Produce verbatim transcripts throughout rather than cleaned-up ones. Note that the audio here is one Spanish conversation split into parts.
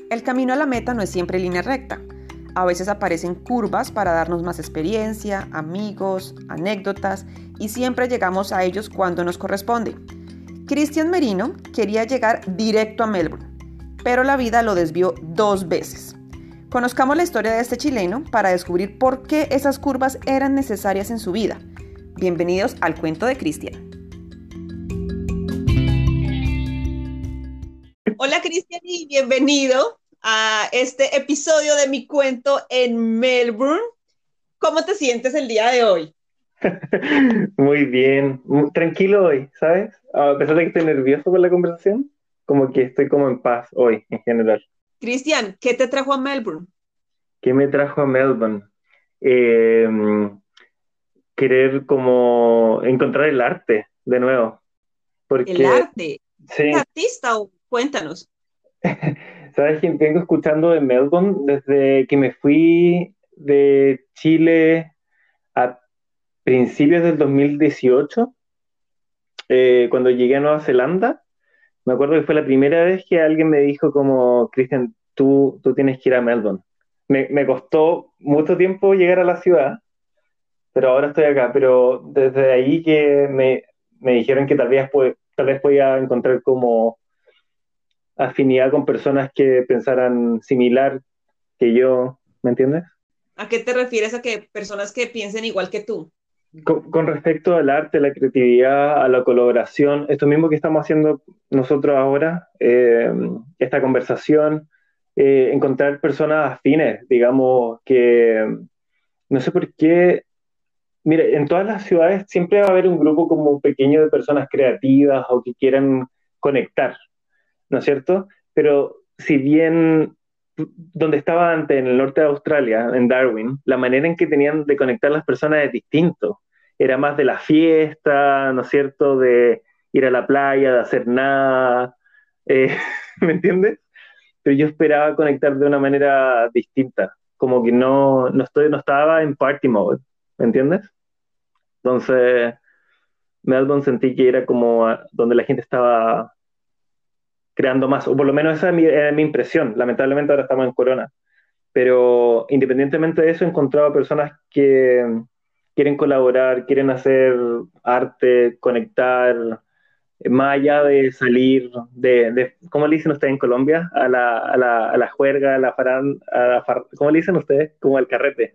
El camino a la meta no es siempre línea recta. A veces aparecen curvas para darnos más experiencia, amigos, anécdotas y siempre llegamos a ellos cuando nos corresponde. Cristian Merino quería llegar directo a Melbourne, pero la vida lo desvió dos veces. Conozcamos la historia de este chileno para descubrir por qué esas curvas eran necesarias en su vida. Bienvenidos al cuento de Cristian. Hola Cristian y bienvenido a este episodio de mi cuento en Melbourne. ¿Cómo te sientes el día de hoy? Muy bien, muy tranquilo hoy, ¿sabes? A pesar de que estoy nervioso por la conversación, como que estoy como en paz hoy en general. Cristian, ¿qué te trajo a Melbourne? ¿Qué me trajo a Melbourne? Eh, Querer como encontrar el arte de nuevo, El porque arte. ¿Eres sí, artista o cuéntanos? ¿sabes quién vengo escuchando de Melbourne desde que me fui de Chile a principios del dos mil dieciocho, eh, cuando llegué a Nueva Zelanda? Me acuerdo que fue la primera vez que alguien me dijo como, Cristian, tú, tú tienes que ir a Melbourne. Me, me costó mucho tiempo llegar a la ciudad, pero ahora estoy acá. Pero desde ahí que me, me dijeron que tal vez, pues, tal vez podía encontrar como afinidad con personas que pensaran similar que yo, ¿me entiendes? ¿A qué te refieres a que personas que piensen igual que tú? Con, con respecto al arte, la creatividad, a la colaboración, esto mismo que estamos haciendo nosotros ahora, eh, esta conversación, eh, encontrar personas afines, digamos, que no sé por qué, mire, en todas las ciudades siempre va a haber un grupo como pequeño de personas creativas o que quieran conectar, ¿no es cierto? Pero si bien donde estaba antes, en el norte de Australia, en Darwin, la manera en que tenían de conectar las personas es distinto. Era más de la fiesta, ¿no es cierto? De ir a la playa, de hacer nada, eh, ¿me entiendes? Pero yo esperaba conectar de una manera distinta, como que no, no, estoy, no estaba en party mode, ¿me entiendes? Entonces, Melbourne sentí que era como a, donde la gente estaba creando más, o por lo menos esa era mi, era mi impresión. Lamentablemente ahora estamos en Corona, pero independientemente de eso he encontrado personas que quieren colaborar, quieren hacer arte, conectar, más allá de salir de, de ¿cómo le dicen ustedes en Colombia? A la, a la, a la juerga, a la farán, a la far, ¿cómo le dicen ustedes? Como al carrete.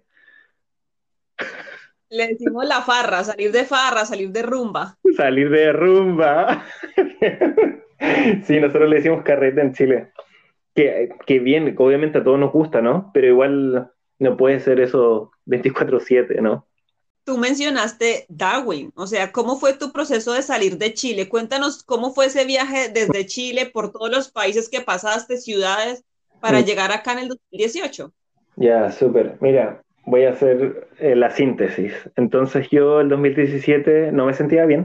Le decimos la farra, salir de farra, salir de rumba. Salir de rumba. Sí, nosotros le decimos carrete en Chile. Que, que bien, obviamente a todos nos gusta, ¿no? Pero igual no puede ser eso veinticuatro siete, ¿no? Tú mencionaste Darwin, o sea, ¿cómo fue tu proceso de salir de Chile? Cuéntanos cómo fue ese viaje desde Chile por todos los países que pasaste, ciudades, para Mm, llegar acá en el dos mil dieciocho. ya, súper. Mira, voy a hacer eh, la síntesis. Entonces yo el dos mil diecisiete no me sentía bien.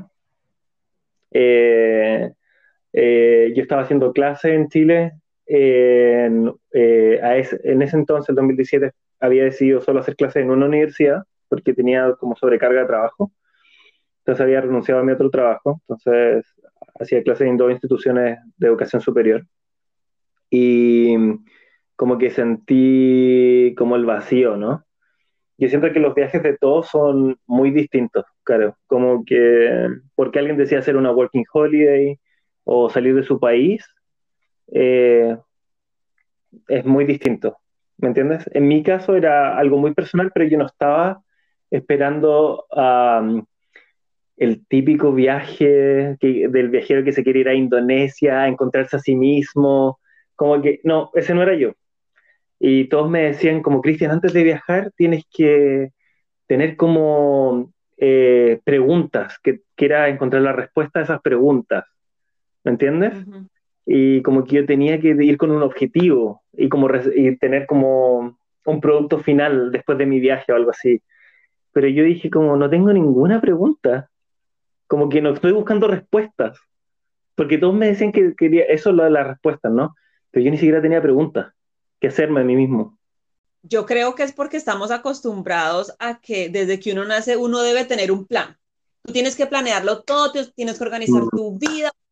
Eh, eh, yo estaba haciendo clase en Chile. eh, en, eh, a ese- en ese entonces, el dos mil diecisiete, había decidido solo hacer clases en una universidad porque tenía como sobrecarga de trabajo. Entonces había renunciado a mi otro trabajo. Entonces hacía clases en dos instituciones de educación superior. Y como que sentí como el vacío, ¿no? Yo siento que los viajes de todos son muy distintos, claro. Como que, porque alguien decía hacer una working holiday o salir de su país, eh, es muy distinto, ¿me entiendes? En mi caso era algo muy personal, pero yo no estaba esperando um, el típico viaje que, del viajero que se quiere ir a Indonesia, a encontrarse a sí mismo, como que, no, ese no era yo. Y todos me decían, como Cristian, antes de viajar tienes que tener como eh, preguntas, que quiera encontrar la respuesta a esas preguntas, ¿me entiendes? Ujú. Y como que yo tenía que ir con un objetivo y, como res- y tener como un producto final después de mi viaje o algo así. Pero yo dije como no tengo ninguna pregunta, como que no estoy buscando respuestas, porque todos me decían que quería, eso es lo de las respuestas, ¿no? Pero yo ni siquiera tenía preguntas que hacerme a mí mismo. Yo creo que es porque estamos acostumbrados a que desde que uno nace uno debe tener un plan. Tú tienes que planearlo todo, tú tienes que organizar Mm, tu vida,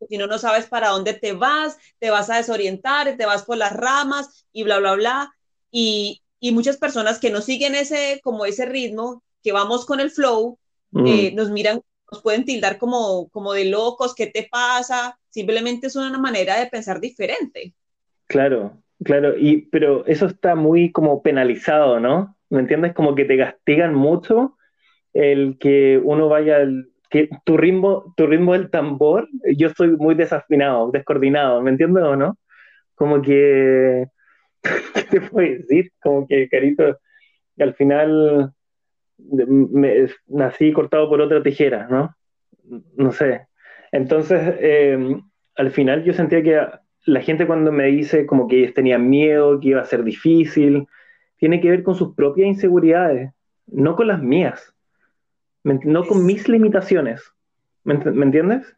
si no, no sabes para dónde te vas, te vas a desorientar, te vas por las ramas y bla, bla, bla. Y, y muchas personas que no siguen ese, como ese ritmo, que vamos con el flow, Mm, eh, nos miran, nos pueden tildar como, como de locos, ¿qué te pasa? Simplemente es una manera de pensar diferente. claro, claro, y, pero eso está muy como penalizado, ¿no? ¿Me entiendes? Como que te castigan mucho el que uno vaya al, que tu ritmo, tu ritmo del tambor, yo soy muy desafinado, descoordinado, ¿me entiendes o no? Como que, ¿qué te puedo decir? Como que, carito, al final me, nací cortado por otra tijera, ¿no? No sé. Entonces, eh, al final yo sentía que la gente cuando me dice como que ellos tenían miedo, que iba a ser difícil, tiene que ver con sus propias inseguridades, no con las mías, ¿me no con Es, mis limitaciones, ¿me, ent- ¿me entiendes?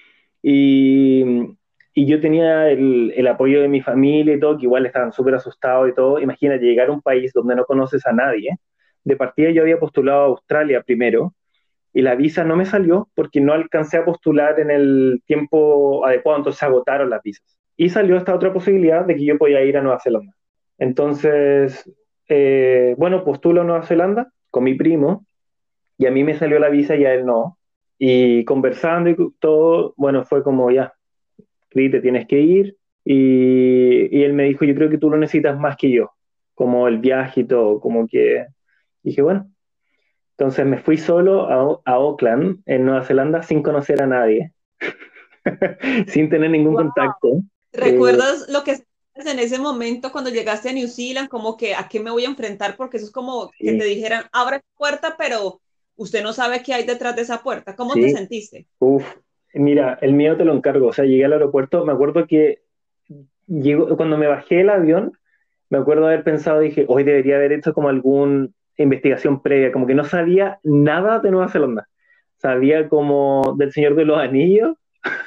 Y, y yo tenía el, el apoyo de mi familia y todo, que igual estaban súper asustados y todo. Imagínate llegar a un país donde no conoces a nadie. De partida yo había postulado a Australia primero y la visa no me salió porque no alcancé a postular en el tiempo adecuado, entonces se agotaron las visas. Y salió esta otra posibilidad de que yo podía ir a Nueva Zelanda. Entonces, eh, bueno, postulo a Nueva Zelanda con mi primo y a mí me salió la visa y a él no. Y conversando y todo, bueno, fue como ya, Cris, te tienes que ir. Y, y él me dijo, yo creo que tú lo necesitas más que yo, como el viaje y todo, como que dije, bueno, entonces me fui solo a, a Auckland, en Nueva Zelanda, sin conocer a nadie, sin tener ningún wow. contacto. Eh, ¿Recuerdas lo que sentías en ese momento cuando llegaste a New Zealand? Como que a qué me voy a enfrentar, porque eso es como que te sí, dijeran, abre la puerta, pero usted no sabe qué hay detrás de esa puerta. ¿Cómo te sí, sentiste? uff. Mira, el mío te lo encargo. O sea, llegué al aeropuerto, me acuerdo que llego, cuando me bajé del avión, me acuerdo haber pensado, dije, hoy debería haber hecho como alguna investigación previa, como que no sabía nada de Nueva Zelanda. Sabía como del Señor de los Anillos,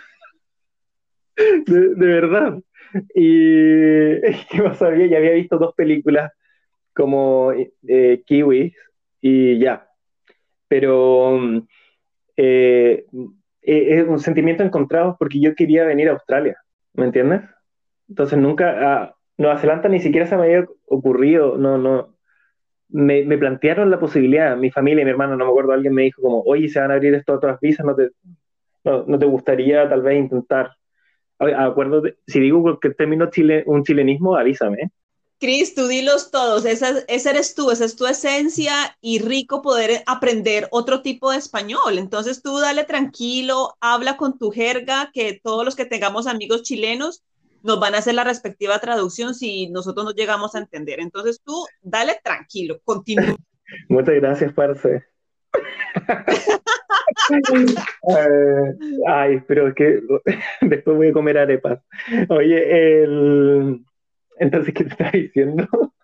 de, de verdad. Y ¿qué más sabía? Ya había visto dos películas como eh, Kiwis y ya. Pero mm, eh, eh, es un sentimiento encontrado porque yo quería venir a Australia, ¿me entiendes? Entonces nunca, a Nueva Zelanda ni siquiera se me había ocurrido, no, no, me, me plantearon la posibilidad, mi familia y mi hermano, no me acuerdo, alguien me dijo como, oye, se van a abrir estas otras visas, ¿no te, no, no te gustaría tal vez intentar? A- Acuerdo, si digo cualquier término chile, un chilenismo, avísame. ¿Eh? Cris, tú dilos todos, esa, esa eres tú, esa es tu esencia y rico poder aprender otro tipo de español. Entonces tú dale tranquilo, habla con tu jerga, que todos los que tengamos amigos chilenos nos van a hacer la respectiva traducción si nosotros no llegamos a entender. Entonces tú dale tranquilo, continúa. Muchas gracias, parce. Eh, ay, pero es que después voy a comer arepas. Oye, el... entonces, ¿qué te estaba diciendo?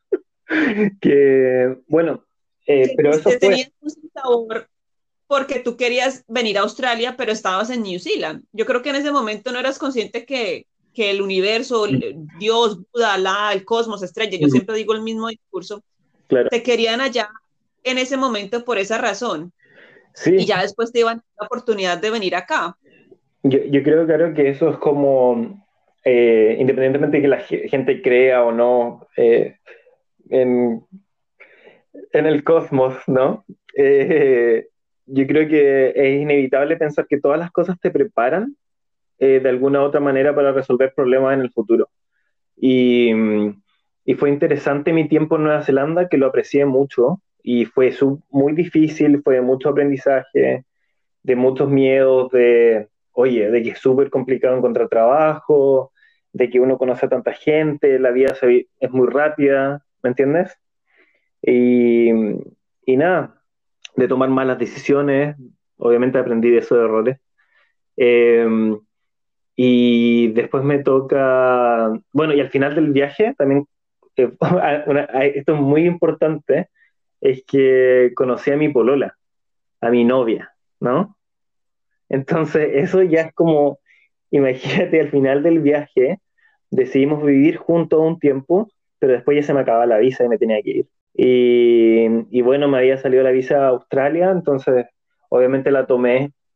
Que, bueno, eh, Que pero eso te fue, tenías un sabor porque tú querías venir a Australia, pero estabas en New Zealand. Yo creo que en ese momento no eras consciente que, que el universo, Dios, Buda, Alá, el cosmos, estrella, yo siempre digo el mismo discurso, claro, te querían allá en ese momento por esa razón y sí, ya después te iban a dar la oportunidad de venir acá. yo, yo creo, claro, que eso es como, eh, independientemente de que la ge- gente crea o no eh, en, en el cosmos, ¿no? Eh, yo creo que es inevitable pensar que todas las cosas te preparan eh, de alguna u otra manera para resolver problemas en el futuro. Y, y fue interesante mi tiempo en Nueva Zelanda, que lo aprecié mucho, y fue su- muy difícil, fue de mucho aprendizaje, de muchos miedos, de, oye, de que es súper complicado encontrar trabajo, de que uno conoce a tanta gente, la vida se- es muy rápida, ¿me entiendes? Y, y nada, de tomar malas decisiones, obviamente aprendí de esos errores. Eh, y después me toca, bueno, y al final del viaje también, eh, una- esto es muy importante, es que conocí a mi polola, a mi novia, ¿no? Entonces, eso ya es como, imagínate, al final del viaje decidimos vivir juntos un tiempo, pero después ya se me acababa la visa y me tenía que ir. Y, y bueno, me había salido la visa a Australia, entonces obviamente la tomé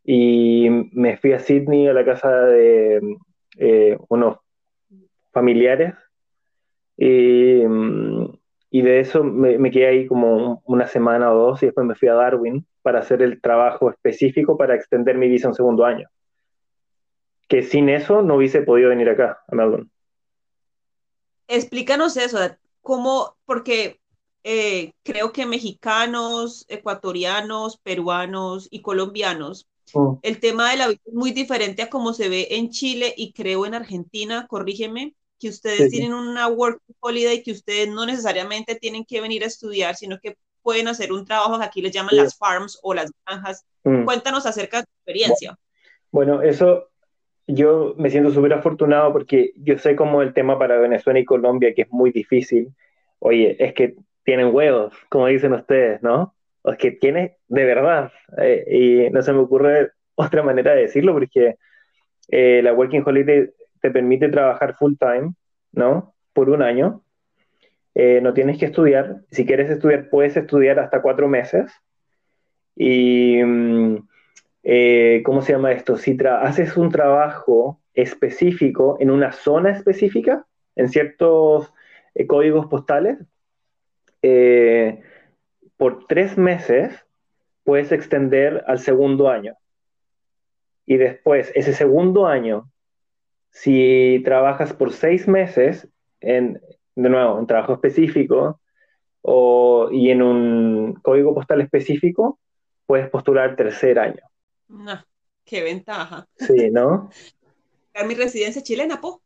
y me fui a Sydney a la casa de eh, unos familiares y, y de eso me, me quedé ahí como una semana o dos y después me fui a Darwin para hacer el trabajo específico para extender mi visa un segundo año, que sin eso no hubiese podido venir acá, a Melbourne. Explícanos eso, cómo, porque eh, creo que mexicanos, ecuatorianos, peruanos y colombianos, Mm, el tema de la vida es muy diferente a como se ve en Chile y creo en Argentina, corrígeme, que ustedes sí, sí. tienen una work holiday que ustedes no necesariamente tienen que venir a estudiar, sino que pueden hacer un trabajo que aquí les llaman Sí. las farms o las granjas. Mm. Cuéntanos acerca de tu experiencia. Bueno, eso yo me siento súper afortunado porque yo sé como el tema para Venezuela y Colombia, que es muy difícil. Oye, es que tienen huevos, como dicen ustedes, ¿no? O es que tienes de verdad. Eh, y no se me ocurre otra manera de decirlo porque eh, la Working Holiday te permite trabajar full time, ¿no? Por un año. Eh, no tienes que estudiar. Si quieres estudiar, puedes estudiar hasta cuatro meses. Y, mm, eh, ¿cómo se llama esto? Si tra- haces un trabajo específico en una zona específica, en ciertos eh, códigos postales, eh, por tres meses puedes extender al segundo año. Y después, ese segundo año, si trabajas por seis meses, en, de nuevo, en trabajo específico o, y en un código postal específico, puedes postular el tercer año. No, qué ventaja. Sí, ¿no? Mi residencia chilena, po.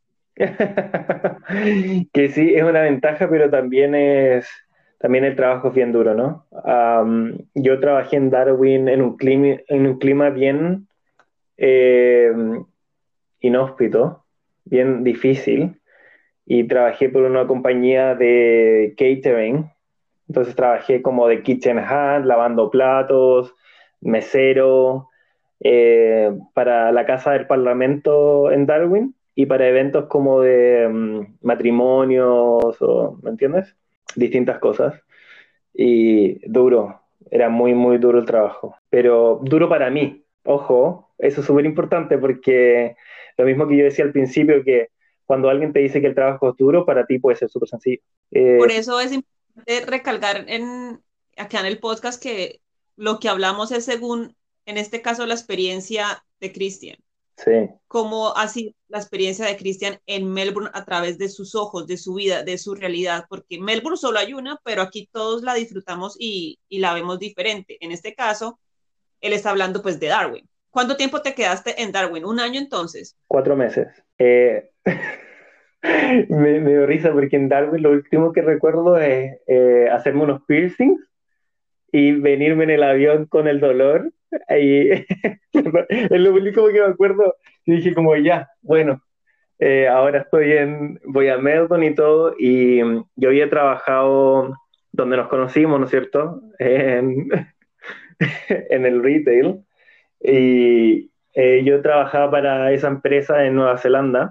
Que sí, es una ventaja, pero también es, también el trabajo es bien duro, ¿no? Am, yo trabajé en Darwin en un clima, en un clima bien eh, inhóspito, bien difícil, y trabajé por una compañía de catering, entonces trabajé como de kitchen hand, lavando platos, mesero, eh, para la Casa del Parlamento en Darwin y para eventos como de um, matrimonios o, ¿me entiendes? Distintas cosas. Y duro, era muy, muy duro el trabajo, pero duro para mí. Ojo, eso es súper importante porque lo mismo que yo decía al principio, que cuando alguien te dice que el trabajo es duro, para ti puede ser súper sencillo. Eh, Por eso es importante recalcar en, acá en el podcast que lo que hablamos es según, en este caso, la experiencia de Cristian. sí. Cómo ha sido la experiencia de Cristian en Melbourne a través de sus ojos, de su vida, de su realidad, porque Melbourne solo hay una, pero aquí todos la disfrutamos y, y la vemos diferente. En este caso, él está hablando pues de Darwin. ¿Cuánto tiempo te quedaste en Darwin? ¿Un año entonces? Cuatro meses. Eh, me, me dio risa porque en Darwin lo último que recuerdo es eh, hacerme unos piercings y venirme en el avión con el dolor. Y es lo único que me acuerdo. Y dije como ya, bueno, eh, ahora estoy en, voy a Melbourne y todo. Y mm, yo había trabajado donde nos conocimos, ¿no es cierto? En, en el retail. Y eh, yo trabajaba para esa empresa en Nueva Zelanda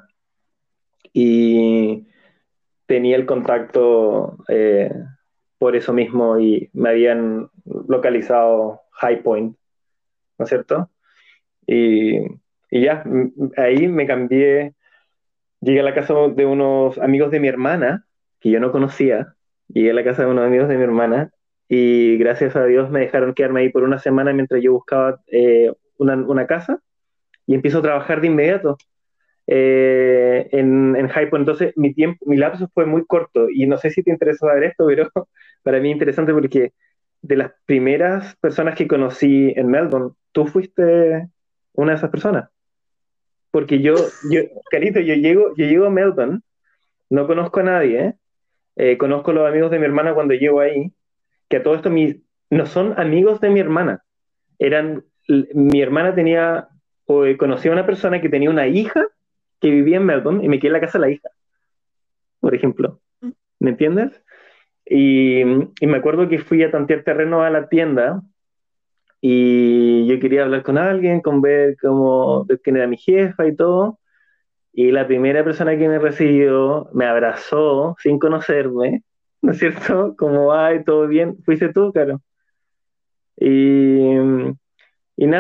y tenía el contacto eh, por eso mismo y me habían localizado High Point, ¿no es cierto? Y, y ya, m- ahí me cambié, llegué a la casa de unos amigos de mi hermana, que yo no conocía, llegué a la casa de unos amigos de mi hermana y gracias a Dios me dejaron quedarme ahí por una semana mientras yo buscaba eh, una, una casa y empiezo a trabajar de inmediato eh, en, en Hypo. Entonces, mi tiempo, mi lapso fue muy corto y no sé si te interesa saber esto, pero para mí es interesante porque de las primeras personas que conocí en Melbourne, tú fuiste una de esas personas. Porque yo, yo Carito, yo llego, yo llego a Melbourne, no conozco a nadie, ¿eh? Eh, conozco a los amigos de mi hermana cuando llego ahí, que a todo esto mis, no son amigos de mi hermana, eran, mi hermana tenía, o eh, conocía a una persona que tenía una hija que vivía en Melbourne y me quedé en la casa de la hija, por ejemplo. ¿Me entiendes? Y, y me acuerdo que fui a tantear terreno a la tienda y yo quería hablar con alguien, con ver cómo, ver quién era mi jefa y todo. Y la primera persona que me recibió me abrazó sin conocerme, ¿no es cierto? Como, ay, todo bien, fuiste tú, Caro. Y, y nada,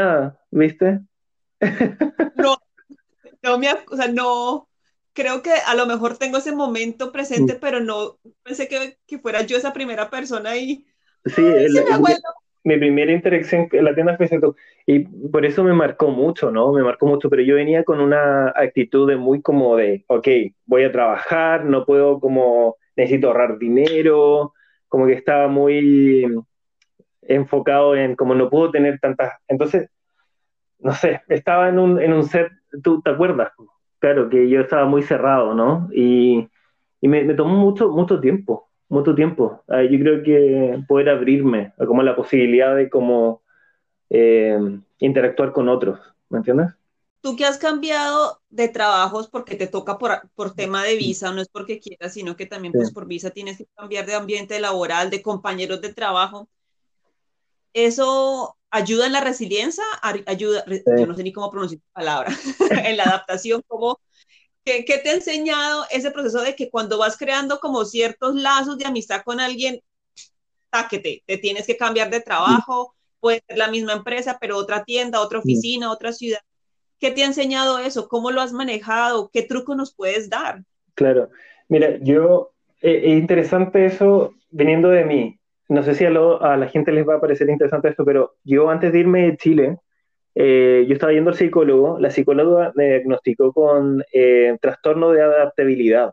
¿viste? No, no me, ac- o sea, no, creo que a lo mejor tengo ese momento presente, pero no pensé que, que fuera yo esa primera persona y, Sí, ay, el- se me el- abuelo. mi primera interacción en la tienda fue ese tú. Y por eso me marcó mucho, ¿no? Me marcó mucho, pero yo venía con una actitud de muy como de, ok, voy a trabajar, no puedo como, necesito ahorrar dinero, como que estaba muy enfocado en como no puedo tener tantas. Entonces, no sé, estaba en un, en un set, ¿tú te acuerdas? Claro, que yo estaba muy cerrado, ¿no? Y, y me, me tomó mucho, mucho tiempo, mucho tiempo. Ah, yo creo que poder abrirme a como la posibilidad de como eh, interactuar con otros, ¿me entiendes? Tú que has cambiado de trabajos porque te toca por, por tema de visa, no es porque quieras, sino que también Sí, pues por visa tienes que cambiar de ambiente laboral, de compañeros de trabajo. ¿Eso ayuda en la resiliencia? Ar- Ayuda, re- yo no sí. sé ni cómo pronunciar la palabra, en la adaptación, ¿cómo, qué, qué te ha enseñado ese proceso de que cuando vas creando como ciertos lazos de amistad con alguien, táquete, te tienes que cambiar de trabajo, puede ser la misma empresa, pero otra tienda, otra Mm, oficina, otra ciudad? ¿Qué te ha enseñado eso? ¿Cómo lo has manejado? ¿Qué truco nos puedes dar? claro. Mira, yo, eh, es interesante eso viniendo de mí. No sé si a, lo- a la gente les va a parecer interesante esto, pero yo antes de irme de Chile, eh, yo estaba yendo al psicólogo, la psicóloga me diagnosticó con eh, trastorno de adaptabilidad,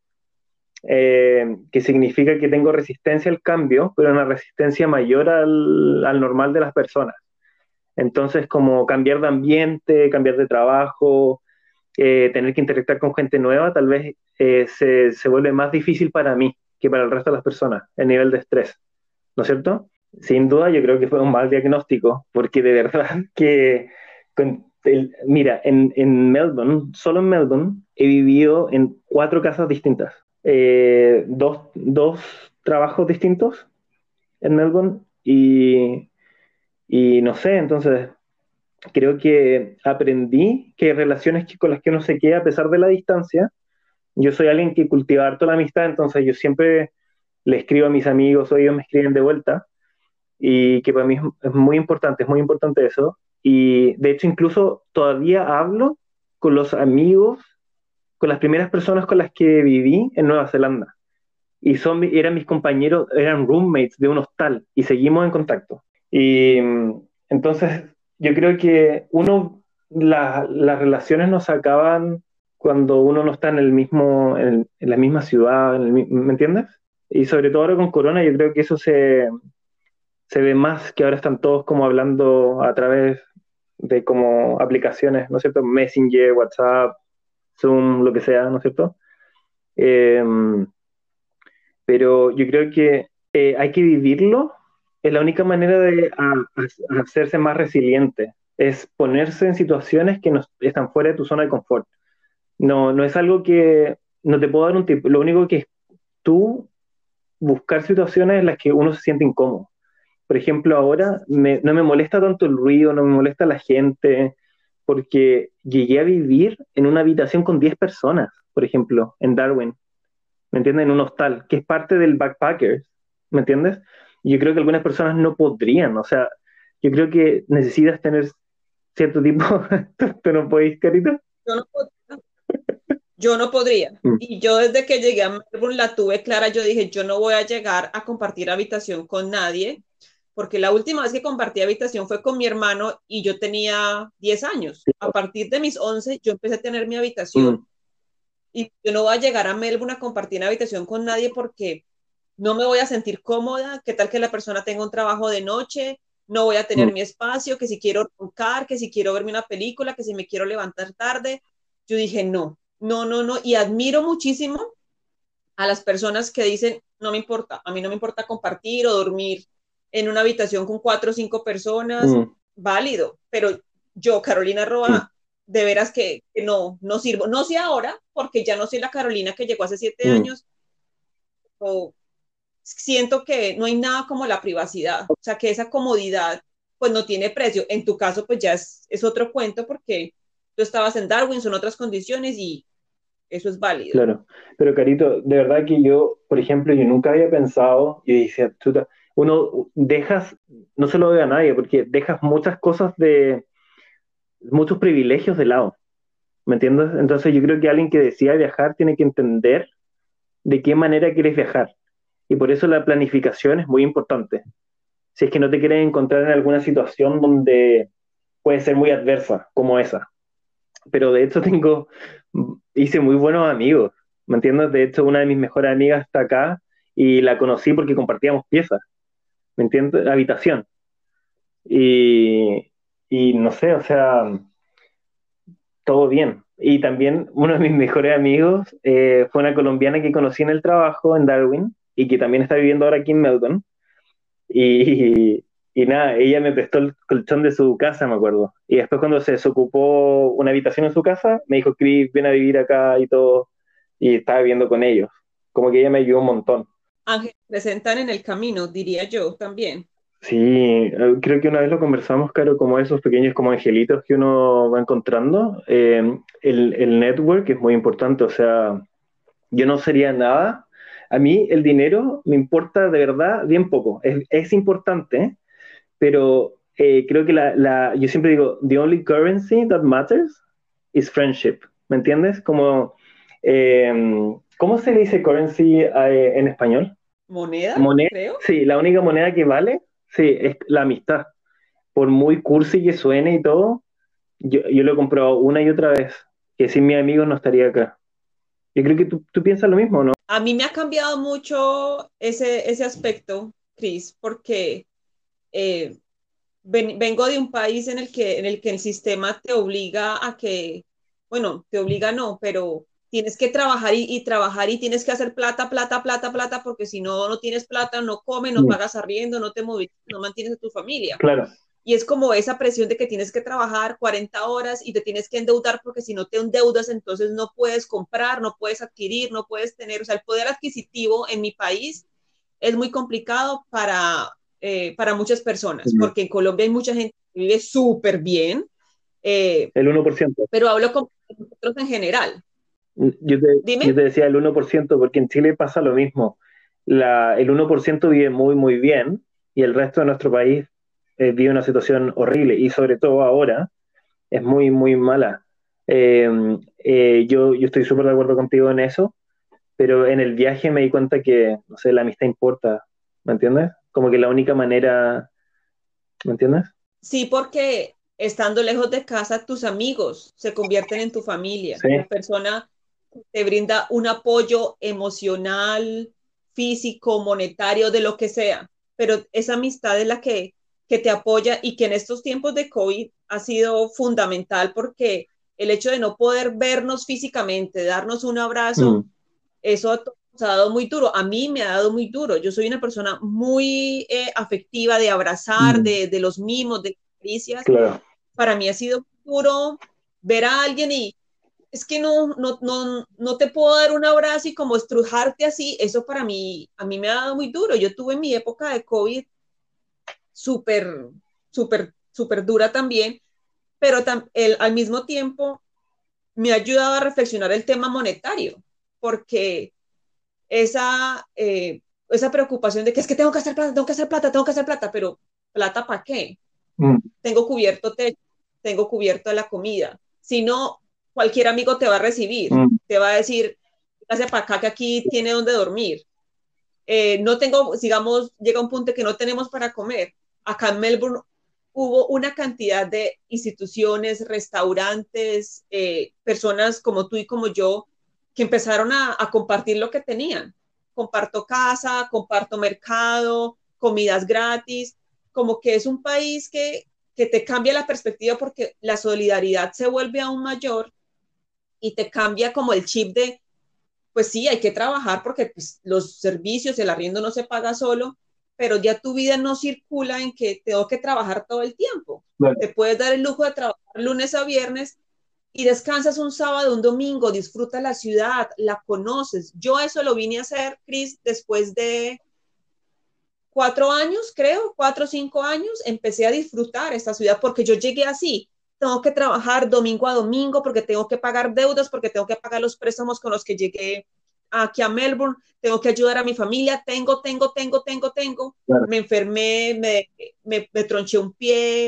eh, que significa que tengo resistencia al cambio, pero una resistencia mayor al, al normal de las personas. Entonces, como cambiar de ambiente, cambiar de trabajo, eh, tener que interactuar con gente nueva, tal vez eh, se, se vuelve más difícil para mí que para el resto de las personas, el nivel de estrés, ¿no es cierto? Sin duda, yo creo que fue un mal diagnóstico, porque de verdad que, con el- mira, en, en Melbourne, solo en Melbourne, he vivido en cuatro casas distintas, eh, dos, dos trabajos distintos en Melbourne y, y no sé, entonces creo que aprendí que hay relaciones que- con las que uno se queda a pesar de la distancia. Yo soy alguien que cultiva harto la amistad, entonces yo siempre le escribo a mis amigos o ellos me escriben de vuelta y que para mí es, es muy importante, es muy importante eso. Y de hecho incluso todavía hablo con los amigos, con las primeras personas con las que viví en Nueva Zelanda. Y son, mi- eran mis compañeros, eran roommates de un hostal y seguimos en contacto. Y mm, entonces yo creo que uno, la- las relaciones no se acaban cuando uno no está en el mismo, en, en la misma ciudad, en el mi- ¿me entiendes? Y sobre todo ahora con Corona, yo creo que eso se, se ve más, que ahora están todos como hablando a través de como aplicaciones, ¿no es cierto? Messenger, WhatsApp, Zoom, lo que sea, ¿no es cierto? Eh, pero yo creo que eh, hay que vivirlo. Es la única manera de a- a- hacerse más resiliente, es ponerse en situaciones que no están fuera de tu zona de confort. No, no es algo que no te puedo dar un tip. Lo único que es tú buscar situaciones en las que uno se siente incómodo. Por ejemplo, ahora me- no me molesta tanto el ruido, no me molesta la gente, porque llegué a vivir en una habitación con diez personas, por ejemplo, en Darwin. ¿Me entiendes? En un hostal, que es parte del backpackers, ¿me entiendes? Y yo creo que algunas personas no podrían, o sea, yo creo que necesitas tener cierto tipo, ¿tú no podéis, Carita? Yo no, pod- yo no podría. Mm, Y yo desde que llegué a Melbourne la tuve clara, yo dije, yo no voy a llegar a compartir habitación con nadie, porque la última vez que compartí habitación fue con mi hermano y yo tenía diez años. A partir de mis once yo empecé a tener mi habitación mm, y yo no voy a llegar a Melbourne a compartir habitación con nadie porque no me voy a sentir cómoda, qué tal que la persona tenga un trabajo de noche, no voy a mm, tener mi espacio, que si quiero roncar, que si quiero verme una película, que si me quiero levantar tarde. Yo dije, no, no, no, no, y admiro muchísimo a las personas que dicen, no me importa, a mí no me importa compartir o dormir en una habitación con cuatro o cinco personas, mm, válido, pero yo, Carolina mm, Roa, de veras que, que no, no sirvo, no sé ahora, porque ya no soy la Carolina que llegó hace siete mm. años, o siento que no hay nada como la privacidad, o sea, que esa comodidad pues no tiene precio. En tu caso pues ya es, es otro cuento porque tú estabas en Darwin, son otras condiciones y eso es válido. Claro, pero Carito, de verdad que yo, por ejemplo, yo nunca había pensado, y decía, chuta, uno dejas, no se lo ve a nadie, porque dejas muchas cosas de, muchos privilegios de lado, ¿me entiendes? Entonces yo creo que alguien que decida viajar tiene que entender de qué manera quieres viajar. Y por eso la planificación es muy importante. Si es que no te quieres encontrar en alguna situación donde puede ser muy adversa, como esa. Pero de hecho tengo, hice muy buenos amigos, ¿me entiendes? De hecho, una de mis mejores amigas está acá y la conocí porque compartíamos piezas, ¿me entiendes? Habitación. Y, y no sé, o sea, todo bien. Y también uno de mis mejores amigos eh, fue una colombiana que conocí en el trabajo en Darwin y que también está viviendo ahora aquí en Melbourne. Y, y nada, ella me prestó el colchón de su casa, me acuerdo. Y después cuando se desocupó una habitación en su casa, me dijo, Chris, ven a vivir acá y todo. Y estaba viviendo con ellos. Como que ella me ayudó un montón. Ángeles presentan en el camino, diría yo también. Sí, eh, creo que una vez lo conversamos, Caro, como esos pequeños como angelitos que uno va encontrando. Eh, el, el network es muy importante, o sea, yo no sería nada. A mí el dinero me importa de verdad bien poco. Es, es importante, pero eh, creo que la, la, yo siempre digo, the only currency that matters is friendship, ¿me entiendes? Como, eh, ¿cómo se le dice currency eh, en español? Moneda, Moneda, creo. sí, la única moneda que vale, sí, es la amistad. Por muy cursi que suene y todo, yo, yo lo he comprobado una y otra vez, que sin mis amigos no estaría acá. Yo creo que tú, tú piensas lo mismo, ¿no? A mí me ha cambiado mucho ese, ese aspecto, Cris, porque eh, ven, vengo de un país en el que, en el que el sistema te obliga a que, bueno, te obliga no, pero tienes que trabajar y, y trabajar y tienes que hacer plata, plata, plata, plata, porque si no, no tienes plata, no comes, no Mm, pagas arriendo, no te movilizas, no mantienes a tu familia. claro. Y es como esa presión de que tienes que trabajar cuarenta horas y te tienes que endeudar porque si no te endeudas, entonces no puedes comprar, no puedes adquirir, no puedes tener, o sea, el poder adquisitivo en mi país es muy complicado para, eh, para muchas personas, Mm. porque en Colombia hay mucha gente que vive súper bien, eh, El uno por ciento. pero hablo con nosotros en general. Yo te, yo Dime. te decía el uno por ciento porque en Chile pasa lo mismo. La, el uno por ciento vive muy, muy bien y el resto de nuestro país eh, vive una situación horrible y sobre todo ahora es muy, muy mala. Eh, eh, yo, yo estoy súper de acuerdo contigo en eso, pero en el viaje me di cuenta que, no sé, la amistad importa, ¿me entiendes? Como que la única manera, ¿me entiendes? Sí, porque estando lejos de casa, tus amigos se convierten en tu familia. Sí. La persona te brinda un apoyo emocional, físico, monetario, de lo que sea, pero esa amistad es la que, que te apoya y que en estos tiempos de COVID ha sido fundamental porque el hecho de no poder vernos físicamente, darnos un abrazo, Mm, eso ha, nos ha dado muy duro. A mí me ha dado muy duro. Yo soy una persona muy eh, afectiva de abrazar, mm, de, de los mimos, de caricias. claro. Para mí ha sido duro ver a alguien y es que no, no, no, no te puedo dar un abrazo y como estrujarte así, eso para mí, a mí me ha dado muy duro. Yo tuve mi época de COVID súper, súper, súper dura también, pero tam, el, al mismo tiempo me ha ayudado a reflexionar el tema monetario, porque esa, eh, esa preocupación de que es que tengo que hacer plata, tengo que hacer plata, tengo que hacer plata, pero ¿plata para qué? Mm, Tengo cubierto techo, tengo cubierto la comida. Si no, cualquier amigo te va a recibir, mm, te va a decir, hace para acá que aquí tiene donde dormir. Eh, no tengo, digamos, llega un punto que no tenemos para comer. Acá en Melbourne hubo una cantidad de instituciones, restaurantes, eh, personas como tú y como yo, que empezaron a, a compartir lo que tenían. Comparto casa, comparto mercado, comidas gratis, como que es un país que, que te cambia la perspectiva porque la solidaridad se vuelve aún mayor y te cambia como el chip de, pues sí, hay que trabajar porque pues, los servicios, el arriendo no se paga solo, pero ya tu vida no circula en que tengo que trabajar todo el tiempo. claro. Te puedes dar el lujo de trabajar lunes a viernes y descansas un sábado, un domingo, disfruta la ciudad, la conoces. Yo eso lo vine a hacer, Cris, después de cuatro años, creo, cuatro o cinco años, empecé a disfrutar esta ciudad porque yo llegué así. Tengo que trabajar domingo a domingo porque tengo que pagar deudas, porque tengo que pagar los préstamos con los que llegué aquí a Melbourne, tengo que ayudar a mi familia, tengo, tengo, tengo, tengo, tengo. Claro. Me enfermé, me, me, me tronché un pie,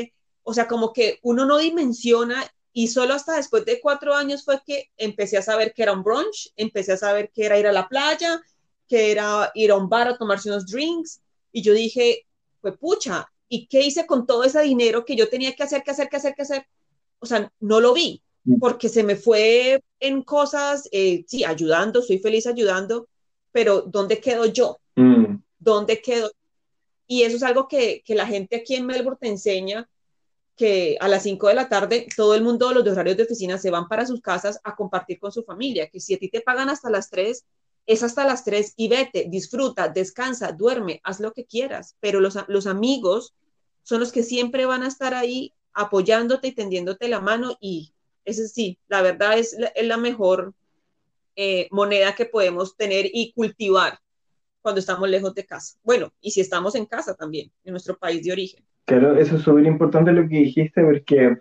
O sea, como que uno no dimensiona y solo hasta después de cuatro años fue que empecé a saber que era un brunch, empecé a saber que era ir a la playa, que era ir a un bar a tomarse unos drinks. Y yo dije, pues pucha, ¿y qué hice con todo ese dinero que yo tenía que hacer, que hacer, que hacer, que hacer? O sea, no lo vi, porque se me fue en cosas, eh, sí, ayudando, soy feliz ayudando, pero ¿dónde quedo yo? Mm. ¿Dónde quedo? Y eso es algo que, que la gente aquí en Melbourne te enseña, que a las cinco de la tarde todo el mundo, los de horarios de oficina, se van para sus casas a compartir con su familia, que si a ti te pagan hasta las tres, es hasta las tres y vete, disfruta, descansa, duerme, haz lo que quieras, pero los, los amigos son los que siempre van a estar ahí apoyándote y tendiéndote la mano y ese sí, la verdad es la, es la mejor eh, moneda que podemos tener y cultivar cuando estamos lejos de casa. Bueno, y si estamos en casa también, en nuestro país de origen. Claro, eso es súper importante lo que dijiste, porque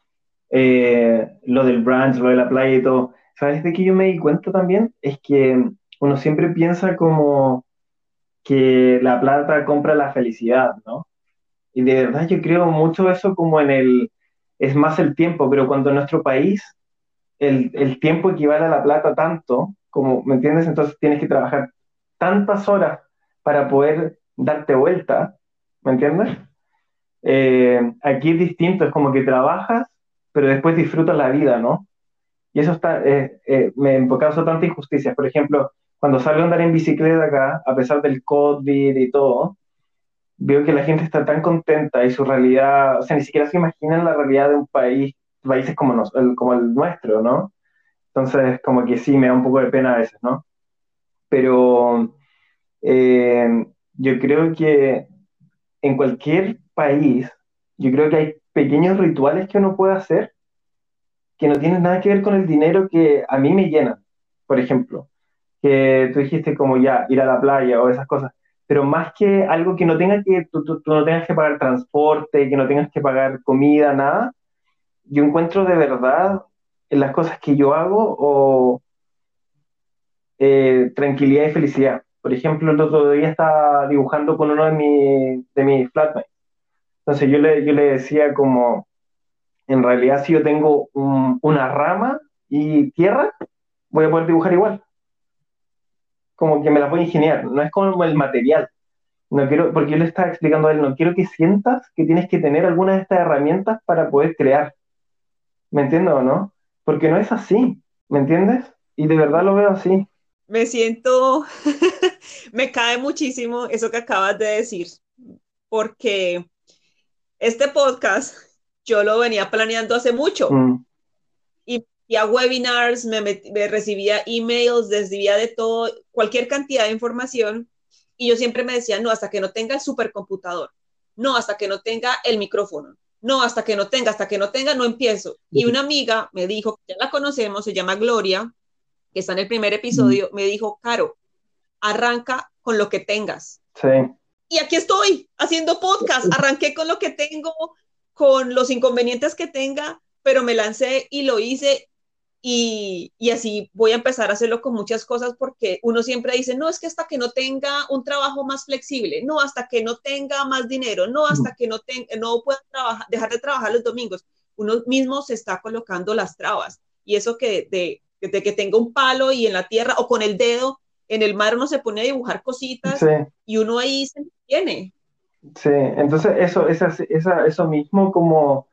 eh, lo del brunch, lo de la playa y todo, ¿sabes de qué yo me di cuenta también? Es que uno siempre piensa como que la plata compra la felicidad, ¿no? Y de verdad yo creo mucho eso como en el, es más el tiempo, pero cuando en nuestro país el, el tiempo equivale a la plata tanto, como, ¿me entiendes? Entonces tienes que trabajar tantas horas para poder darte vuelta, ¿me entiendes? Eh, aquí es distinto, es como que trabajas, pero después disfrutas la vida, ¿no? Y eso está, eh, eh, me causa tanta injusticia. Por ejemplo, cuando salgo a andar en bicicleta acá, a pesar del COVID y todo, veo que la gente está tan contenta y su realidad, o sea, ni siquiera se imaginan la realidad de un país, países como, nos, el, como el nuestro, ¿no? Entonces, como que sí, me da un poco de pena a veces, ¿no? Pero eh, yo creo que en cualquier país, yo creo que hay pequeños rituales que uno puede hacer que no tienen nada que ver con el dinero que a mí me llenan. Por ejemplo, que tú dijiste como ya ir a la playa o esas cosas, pero más que algo que no tenga que, tú, tú, tú no tengas que pagar transporte, que no tengas que pagar comida, nada, yo encuentro de verdad en las cosas que yo hago o eh, tranquilidad y felicidad. Por ejemplo, el otro día estaba dibujando con uno de, mi, de mis flatmates. Entonces yo le, yo le decía como, en realidad si yo tengo un, una rama y tierra, voy a poder dibujar igual. Como que me las voy a ingeniar, no es como el material. No quiero, porque yo le estaba explicando a él, no quiero que sientas que tienes que tener alguna de estas herramientas para poder crear. ¿Me entiendes o no? Porque no es así, ¿me entiendes? Y de verdad lo veo así. Me siento, me cae muchísimo eso que acabas de decir, porque este podcast yo lo venía planeando hace mucho Mm, y, y a webinars, me, met, me recibía emails, recibía de todo, cualquier cantidad de información y yo siempre me decía, no, hasta que no tenga el supercomputador, no, hasta que no tenga el micrófono, no, hasta que no tenga, hasta que no tenga, no empiezo. Y una amiga me dijo, ya la conocemos, se llama Gloria, que está en el primer mm, episodio, me dijo, Caro, arranca con lo que tengas. sí, Y aquí estoy haciendo podcast, arranqué con lo que tengo, con los inconvenientes que tenga, pero me lancé y lo hice y, y, así voy a empezar a hacerlo con muchas cosas porque uno siempre dice, no, es que hasta que no tenga un trabajo más flexible, no, hasta que no tenga más dinero, no, hasta que no, tenga, no pueda trabajar, dejar de trabajar los domingos. Uno mismo se está colocando las trabas y eso que de, de que tenga un palo y en la tierra o con el dedo en el mar uno se pone a dibujar sí, cositas y uno ahí se tiene. sí. Entonces eso, esa, esa, eso mismo como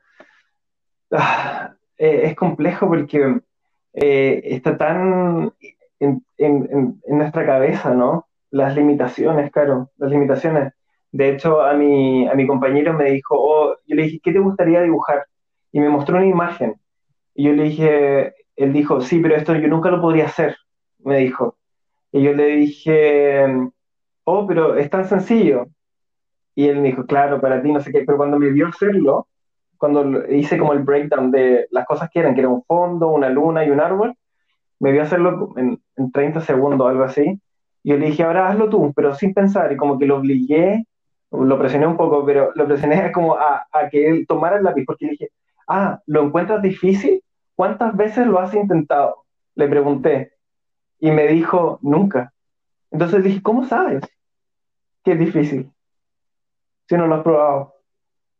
ah, eh, es complejo porque eh, está tan en, en, en, en nuestra cabeza, ¿no? Las limitaciones, claro, las limitaciones. De hecho, a mi, a mi compañero me dijo, oh, yo le dije, ¿qué te gustaría dibujar? Y me mostró una imagen. Y yo le dije, él dijo, sí, pero esto yo nunca lo podría hacer, me dijo. Y yo le dije, oh, pero es tan sencillo. Y él me dijo, claro, para ti, no sé qué, pero cuando me vio hacerlo, cuando lo- hice como el breakdown de las cosas que eran, que era un fondo, una luna y un árbol, me vio hacerlo en, en treinta segundos, algo así. Y yo le dije, ahora hazlo tú, pero sin pensar, y como que lo obligué, lo presioné un poco, pero lo presioné como a, a que él tomara el lápiz, porque le dije, ah, ¿lo encuentras difícil? ¿Cuántas veces lo has intentado? Le pregunté, y me dijo, nunca. Entonces dije, ¿cómo sabes que es difícil si no lo has probado?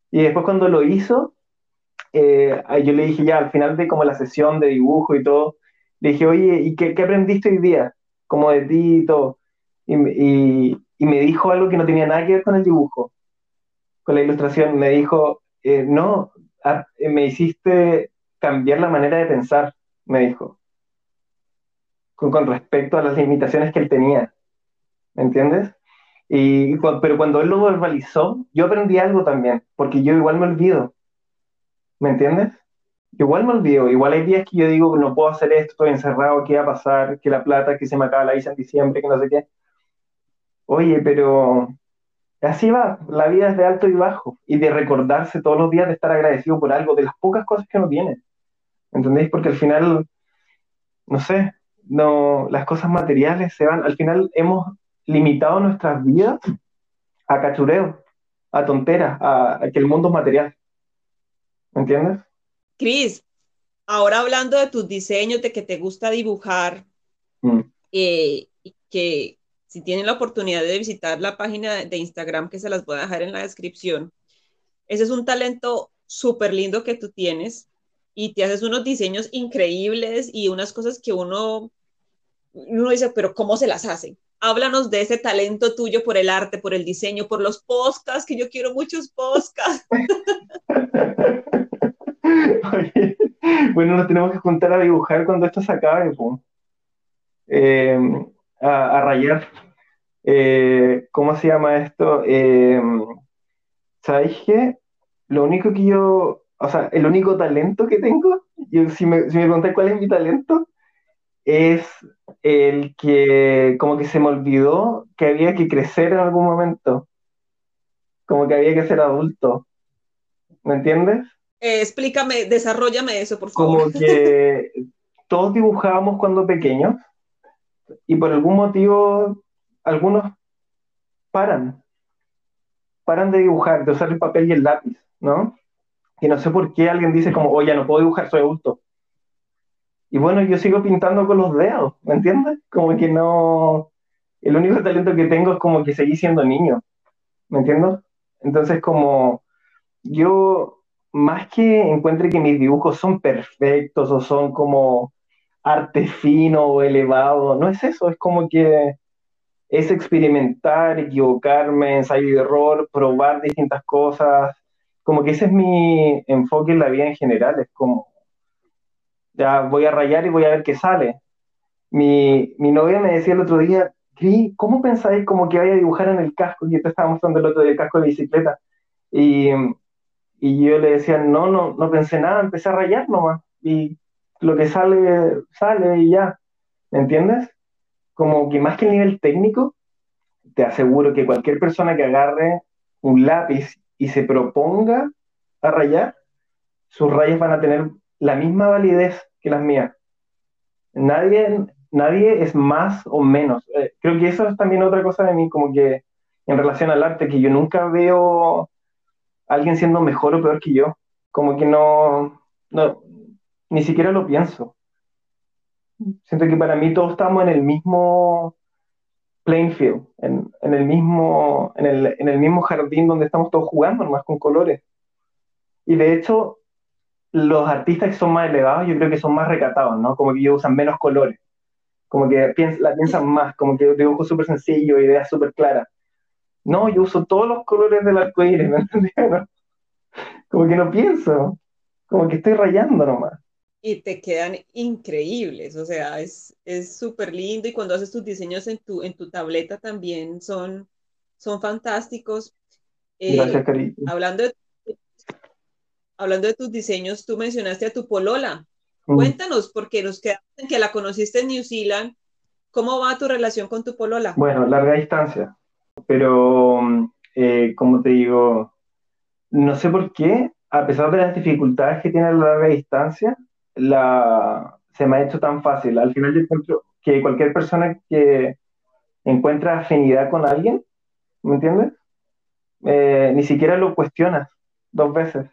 Y después cuando lo hizo, eh, yo le dije ya al final de como la sesión de dibujo y todo, le dije, oye, ¿y qué, qué aprendiste hoy día? Como de ti y todo. Y, me- y, y me dijo algo que no tenía nada que ver con el dibujo, con la ilustración. Me dijo, eh, no, a- eh, me hiciste cambiar la manera de pensar, me dijo, con, con respecto a las limitaciones que él tenía, ¿me entiendes? Y, cu- pero cuando él lo verbalizó, yo aprendí algo también, porque yo igual me olvido, ¿me entiendes? Igual me olvido, igual hay días que yo digo, no puedo hacer esto, estoy encerrado, ¿qué va a pasar? Que la plata que se me acaba la hice en diciembre, que no sé qué. Oye, pero así va, la vida es de alto y bajo, y de recordarse todos los días de estar agradecido por algo, de las pocas cosas que uno tiene, ¿entendéis? Porque al final, no sé, no, las cosas materiales se van, al final hemos limitado nuestras vidas a cachureo, a tonteras, a, a que el mundo es material, ¿me entiendes? Cris, ahora hablando de tus diseños, de que te gusta dibujar, Mm. eh, y que si tienen la oportunidad de visitar la página de Instagram, que se las voy a dejar en la descripción, ese es un talento súper lindo que tú tienes y te haces unos diseños increíbles y unas cosas que uno, uno dice, pero ¿cómo se las hacen? Háblanos de ese talento tuyo por el arte, por el diseño, por los podcasts, que yo quiero muchos podcasts. Oye, bueno, nos tenemos que juntar a dibujar cuando esto se acabe, po. Eh, a, a rayar. Eh, ¿cómo se llama esto? Eh, ¿sabes qué? Lo único que yo, o sea, el único talento que tengo, yo, si me, si me preguntas cuál es mi talento, es el que como que se me olvidó que había que crecer en algún momento, como que había que ser adulto, ¿me entiendes? Eh, explícame, desarrollame eso, por favor. Como que todos dibujábamos cuando pequeños y por algún motivo algunos paran, paran de dibujar, de usar el papel y el lápiz, ¿no? Y no sé por qué alguien dice como, oye, no puedo dibujar, soy adulto. Y bueno, yo sigo pintando con los dedos, ¿me entiendes? Como que no, el único talento que tengo es como que seguí siendo niño, ¿me entiendes? Entonces como yo, más que encuentre que mis dibujos son perfectos o son como arte fino o elevado, no es eso, es como que es experimentar, equivocarme, ensayo y error, probar distintas cosas, como que ese es mi enfoque en la vida en general, es como, ya voy a rayar y voy a ver qué sale. Mi, mi novia me decía el otro día, "Cri, ¿cómo pensáis como que vaya a dibujar en el casco?" Y yo te estaba mostrando el otro día el casco de bicicleta. Y, y yo le decía, no, no, no pensé nada, empecé a rayar nomás. Y lo que sale, sale y ya, ¿me entiendes? Como que más que el nivel técnico, te aseguro que cualquier persona que agarre un lápiz y se proponga a rayar, sus rayas van a tener la misma validez que las mías. Nadie, nadie es más o menos. Eh, creo que eso es también otra cosa de mí, como que en relación al arte, que yo nunca veo a alguien siendo mejor o peor que yo. Como que no, no, ni siquiera lo pienso. Siento que para mí todos estamos en el mismo playing field, en, en el mismo, en el, en el mismo jardín donde estamos todos jugando, nomás con colores. Y de hecho, los artistas que son más elevados, yo creo que son más recatados, ¿no? Como que ellos usan menos colores, como que piens la piensan más, como que dibujo súper sencillo, ideas súper claras. No, yo uso todos los colores del arco iris, ¿me entiendes? ¿No? Como que no pienso, como que estoy rayando nomás. Y te quedan increíbles, o sea, es es súper lindo y cuando haces tus diseños en tu, en tu tableta también son, son fantásticos. Gracias, Eh, Carito. hablando de, hablando de tus diseños, tú mencionaste a tu polola. Mm. Cuéntanos, porque nos quedamos en que la conociste en New Zealand. ¿Cómo va tu relación con tu polola? Bueno, larga distancia, pero mm, eh, como te digo, no sé por qué, a pesar de las dificultades que tiene la larga distancia, la, se me ha hecho tan fácil. Al final yo encuentro que cualquier persona que encuentra afinidad con alguien, ¿me entiendes? Eh, ni siquiera lo cuestionas dos veces.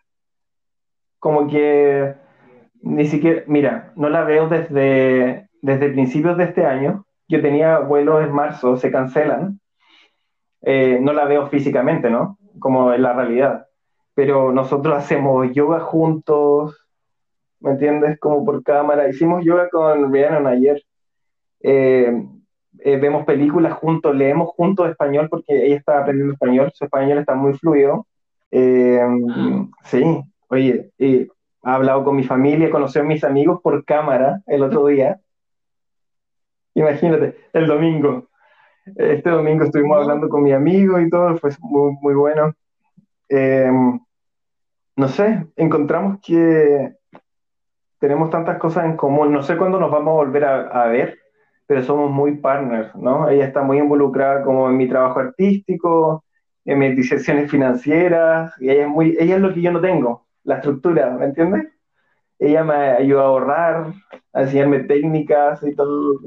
Como que ni siquiera, mira, no la veo desde, desde principios de este año. Yo tenía vuelos en marzo, se cancelan. Eh, no la veo físicamente, ¿no? Como en la realidad. pero nosotros hacemos yoga juntos, ¿me entiendes? Como por cámara. Hicimos yoga con Rhiannon ayer. Eh, eh, Vemos películas juntos, leemos juntos español porque ella está aprendiendo español, su español está muy fluido. Eh, Ah, sí, oye, y he hablado con mi familia, conocí a mis amigos por cámara el otro día. Imagínate, el domingo. Este domingo estuvimos no, hablando con mi amigo y todo, fue muy, muy bueno. Eh, no sé, encontramos que tenemos tantas cosas en común. No sé cuándo nos vamos a volver a, a ver, pero somos muy partners, ¿no? Ella está muy involucrada como en mi trabajo artístico, en mis decisiones financieras, y ella es muy, ella es lo que yo no tengo, la estructura, ¿me entiendes? Ella me ayuda a ahorrar, a enseñarme técnicas y todo.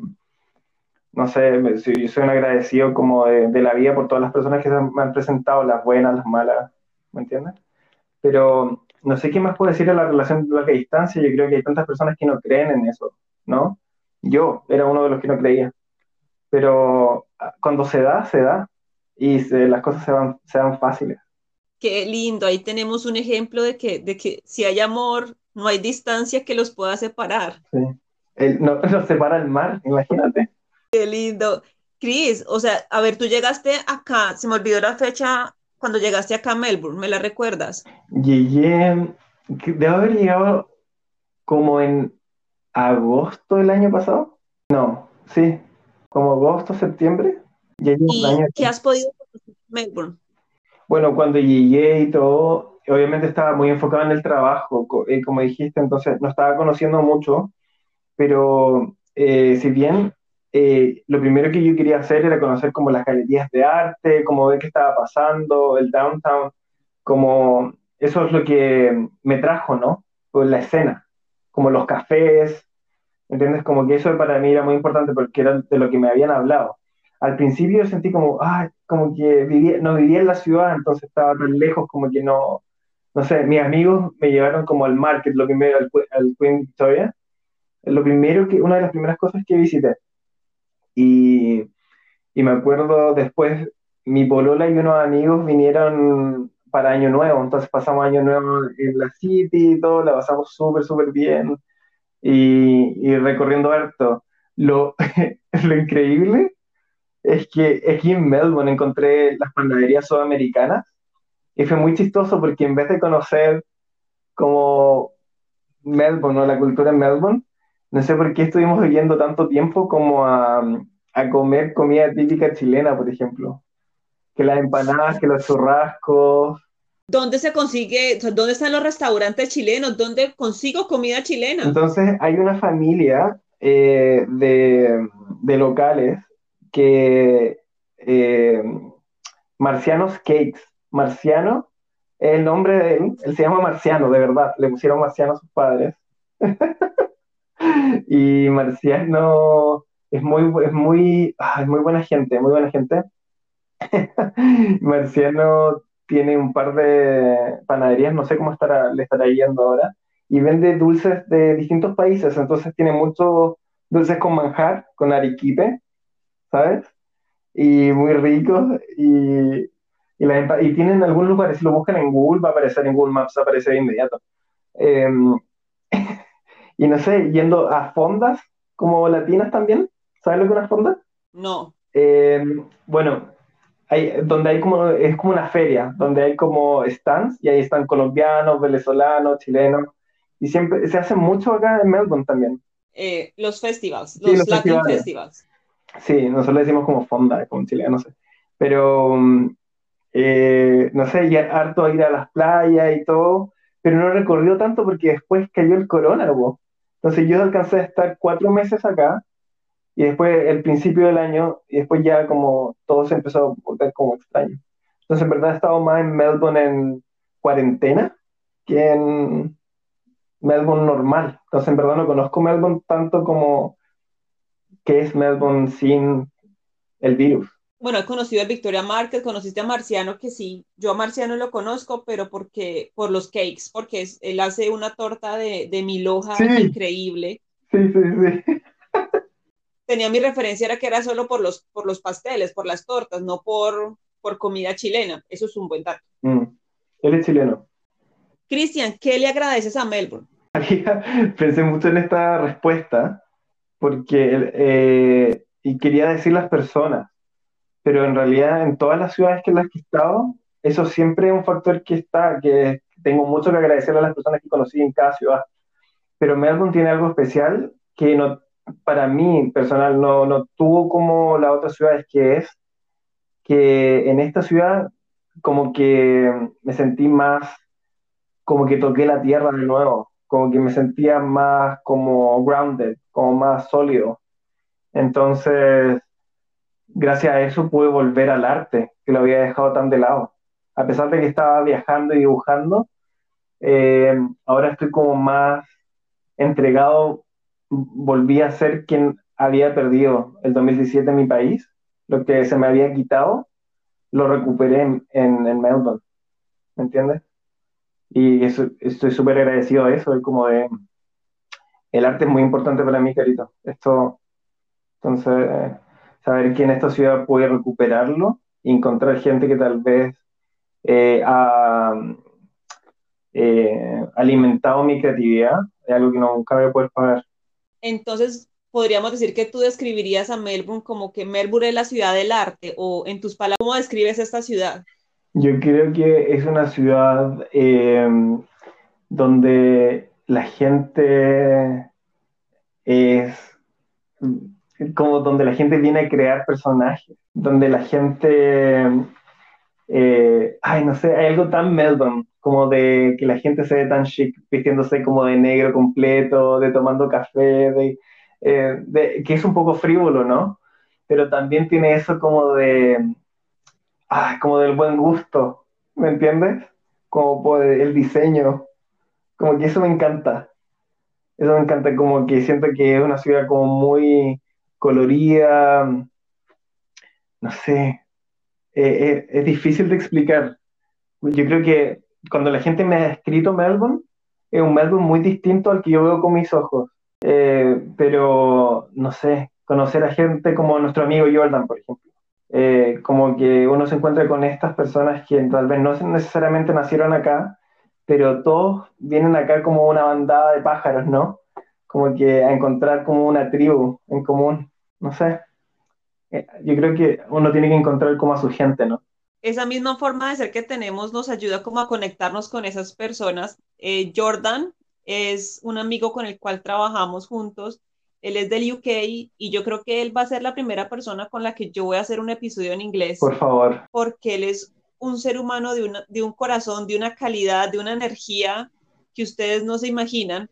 No sé, me- sí, yo soy un agradecido como de, de la vida por todas las personas que se han- me han presentado, las buenas, las malas, ¿me entiendes? Pero no sé qué más puedo decir de la relación de larga distancia. Yo creo que hay tantas personas que no creen en eso, ¿no? Yo era uno de los que no creía. Pero ah, cuando se da, se da. Y se- las cosas se van, se dan fáciles. qué lindo. Ahí tenemos un ejemplo de que, de que si hay amor, no hay distancia que los pueda separar. Sí. El- no, nos separa el mar, imagínate. Qué lindo. Cris, o sea, a ver, tú llegaste acá, se me olvidó la fecha cuando llegaste acá a Melbourne, ¿me la recuerdas? Llegué, que- debo haber llegado como en agosto del año pasado. No, sí, como agosto, septiembre. Ya llevo un ¿Y año qué aquí. has podido conocer en Melbourne? Bueno, cuando llegué y todo, obviamente estaba muy enfocado en el trabajo, co- eh, como dijiste, entonces no estaba conociendo mucho, pero eh, si bien eh, lo primero que yo quería hacer era conocer como las galerías de arte, como ver qué estaba pasando, el downtown, como eso es lo que me trajo, ¿no? Pues la escena, como los cafés, ¿entiendes? Como que eso para mí era muy importante porque era de lo que me habían hablado. Al principio yo sentí como, ah, como que vivía, no vivía en la ciudad, entonces estaba tan lejos como que no, no sé, mis amigos me llevaron como al market, lo primero, al, Que- al Queen Victoria, lo primero que, una de las primeras cosas que visité. Y, y me acuerdo después, mi polola y unos amigos vinieron para Año Nuevo, entonces pasamos Año Nuevo en la City y todo, la pasamos súper, súper bien y, y recorriendo harto. Lo, lo increíble es que aquí en Melbourne encontré las panaderías sudamericanas y fue muy chistoso porque en vez de conocer como Melbourne o la cultura en Melbourne, no sé por qué estuvimos viviendo tanto tiempo como a, a comer comida típica chilena, por ejemplo. Que las empanadas, que los churrascos. ¿Dónde se consigue, o sea, dónde están los restaurantes chilenos? ¿Dónde consigo comida chilena? Entonces hay una familia eh, de, de locales que eh, Marcianos Cakes. Marciano es el nombre de él. Él se llama Marciano, de verdad. Le pusieron Marciano a sus padres. Y Marciano es muy, es muy, ah, es muy buena gente, muy buena gente. Marciano tiene un par de panaderías, no sé cómo estará, le estará yendo ahora, y vende dulces de distintos países. Entonces tiene muchos dulces con manjar, con arequipe, ¿sabes? Y muy ricos. Y, y, la empa- y tienen algunos lugares, si lo buscan en Google, va a aparecer en Google Maps, aparece de inmediato. Eh, y no sé, yendo a fondas como latinas también, ¿sabes lo que es una fonda? No. Eh, bueno, hay, donde hay como, es como una feria, donde hay como stands y ahí están colombianos, venezolanos, chilenos, y siempre se hace mucho acá en Melbourne también. Eh, los festivals, Sí, los los Latin festivales. Festivals. Sí, nosotros le decimos como fonda, como en Chile, no sé. Pero, mm, eh, no sé, ya harto ir a las playas y todo, pero no he recorrido tanto porque después cayó el corona, po. Entonces yo alcancé a estar cuatro meses acá y después el principio del año y después ya como todo se empezó a volver como extraño. Entonces en verdad he estado más en Melbourne en cuarentena que en Melbourne normal. Entonces en verdad no conozco Melbourne tanto como qué es Melbourne sin el virus. Bueno, he conocido a Victoria Márquez, conociste a Marciano, que sí, yo a Marciano lo conozco, pero porque, por los cakes, porque es- él hace una torta de, de mil Sí, hojas increíble. sí, sí, sí. Tenía mi referencia, era que era solo por los, por los pasteles, por las tortas, no por, por comida chilena. Eso es un buen dato. Mm. Él es chileno. Cristian, ¿qué le agradeces a Melbourne? Pensé mucho en esta respuesta porque eh, y quería decir las personas, pero en realidad en todas las ciudades que en las que he estado, eso siempre es un factor que está, que tengo mucho que agradecerle a las personas que conocí en cada ciudad. Pero Melbourne tiene algo especial que no, para mí personal no, no tuvo como las otras ciudades, que es que en esta ciudad como que me sentí más, como que toqué la tierra de nuevo, como que me sentía más como grounded, como más sólido. Entonces, gracias a eso pude volver al arte, que lo había dejado tan de lado. A pesar de que estaba viajando y dibujando, eh, ahora estoy como más entregado, volví a ser quien había perdido el dos mil diecisiete en mi país, lo que se me había quitado, lo recuperé en, en, en Melbourne, ¿me entiendes? Y eso, estoy súper agradecido a eso, y como de, el arte es muy importante para mí, Carito. Esto, entonces, eh, saber que en esta ciudad pude recuperarlo y encontrar gente que tal vez eh, ha eh, alimentado mi creatividad, es algo que nunca voy a poder pagar. Entonces, podríamos decir que tú describirías a Melbourne como que Melbourne es la ciudad del arte, o en tus palabras, ¿cómo describes esta ciudad? Yo creo que es una ciudad eh, donde la gente es como donde la gente viene a crear personajes, donde la gente, eh, ay, no sé, hay algo tan Melbourne, como de que la gente se ve tan chic, vistiéndose como de negro completo, de tomando café, de, eh, de- que es un poco frívolo, ¿no? Pero también tiene eso como de, ah, como del buen gusto, ¿me entiendes? Como por el diseño, como que eso me encanta. Eso me encanta, como que siento que es una ciudad como muy colorida, no sé, eh, eh, es difícil de explicar. Yo creo que cuando la gente me ha escrito Melbourne, es un Melbourne muy distinto al que yo veo con mis ojos. Eh, pero, no sé, conocer a gente como nuestro amigo Jordan, por ejemplo. Eh, como que uno se encuentra con estas personas que tal vez no necesariamente nacieron acá, pero todos vienen acá como una bandada de pájaros, ¿no? Como que a encontrar como una tribu en común, no sé. Eh, yo creo que uno tiene que encontrar como a su gente, ¿no? Esa misma forma de ser que tenemos nos ayuda como a conectarnos con esas personas. Eh, Jordan es un amigo con el cual trabajamos juntos. Él es del U K y yo creo que él va a ser la primera persona con la que yo voy a hacer un episodio en inglés Por favor. porque él es un ser humano de, una, de un corazón, de una calidad, de una energía que ustedes no se imaginan.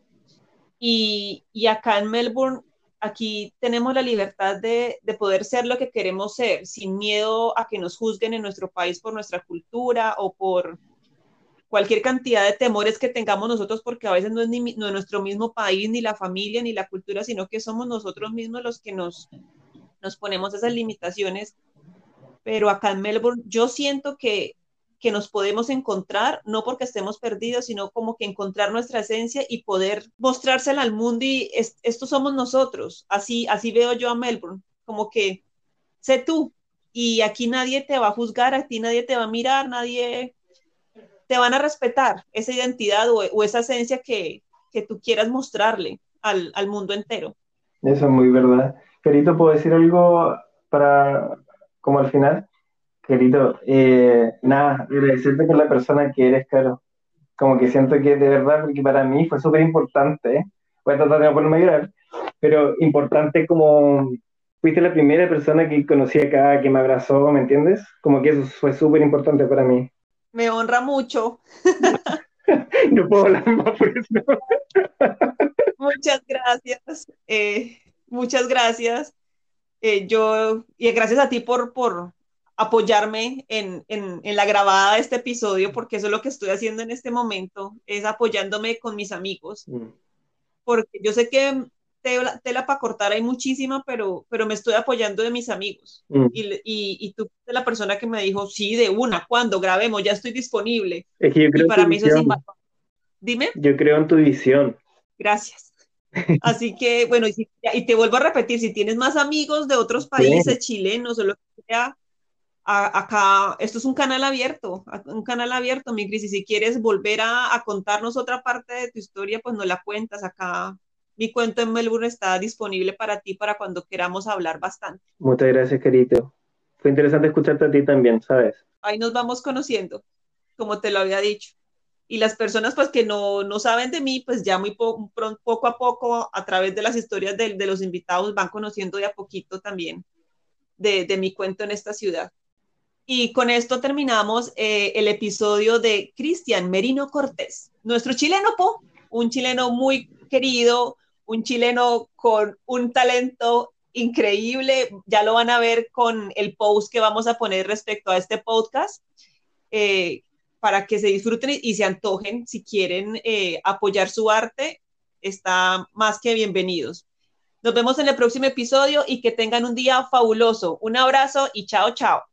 Y, y acá en Melbourne, aquí tenemos la libertad de, de poder ser lo que queremos ser, sin miedo a que nos juzguen en nuestro país por nuestra cultura o por cualquier cantidad de temores que tengamos nosotros, porque a veces no es ni no es nuestro mismo país, ni la familia, ni la cultura, sino que somos nosotros mismos los que nos, nos ponemos esas limitaciones. Pero acá en Melbourne yo siento que, que nos podemos encontrar, no porque estemos perdidos, sino como que encontrar nuestra esencia y poder mostrársela al mundo y es, estos somos nosotros. Así, así veo yo a Melbourne, como que sé tú y aquí nadie te va a juzgar, a ti nadie te va a mirar, nadie te van a respetar esa identidad o, o esa esencia que, que tú quieras mostrarle al, al mundo entero. Eso es muy verdad. Carito, ¿puedo decir algo para, como al final? Carito, eh, nada, agradecerte por la persona que eres, Caro. Como que siento que de verdad, porque para mí fue súper importante, ¿eh? Voy a tratar de no ponerme a llorar, pero importante como fuiste la primera persona que conocí acá, que me abrazó, ¿me entiendes? Como que eso fue súper importante para mí. Me honra mucho. No puedo hablar más por eso. Muchas gracias. Eh, muchas gracias. Eh, yo, y gracias a ti por, por apoyarme en, en, en, la grabada de este episodio, porque eso es lo que estoy haciendo en este momento, es apoyándome con mis amigos, Mm. porque yo sé que tela, tela para cortar hay muchísima, pero, pero me estoy apoyando de mis amigos. Mm. Y, y, y tú eres la persona que me dijo, sí, de una, cuando grabemos, ya estoy disponible. Es que yo Y creo en tu para mí eso es visión. invaluable. Dime, Yo creo en tu visión. gracias. Así que, bueno, y, si, y, te vuelvo a repetir, si tienes más amigos de otros Sí, países, chilenos o lo que sea, A, acá, esto es un canal abierto, un canal abierto, mi Cris, y si quieres volver a, a contarnos otra parte de tu historia, pues nos la cuentas acá. Mi cuento en Melbourne está disponible para ti para cuando queramos hablar bastante. Muchas gracias, Carito. Fue interesante escucharte a ti también, ¿sabes? Ahí nos vamos conociendo, como te lo había dicho. Y las personas pues que no, no saben de mí, pues ya muy po poco a poco a través de las historias de, de los invitados van conociendo de a poquito también de, de mi cuento en esta ciudad. Y con esto terminamos eh, el episodio de Cristian Merino Cortés, nuestro chileno Po, un chileno muy querido, un chileno con un talento increíble. Ya lo van a ver con el post que vamos a poner respecto a este podcast, eh, para que se disfruten y se antojen. Si quieren eh, apoyar su arte, está más que bienvenidos. Nos vemos en el próximo episodio y que tengan un día fabuloso. Un abrazo y chao, chao.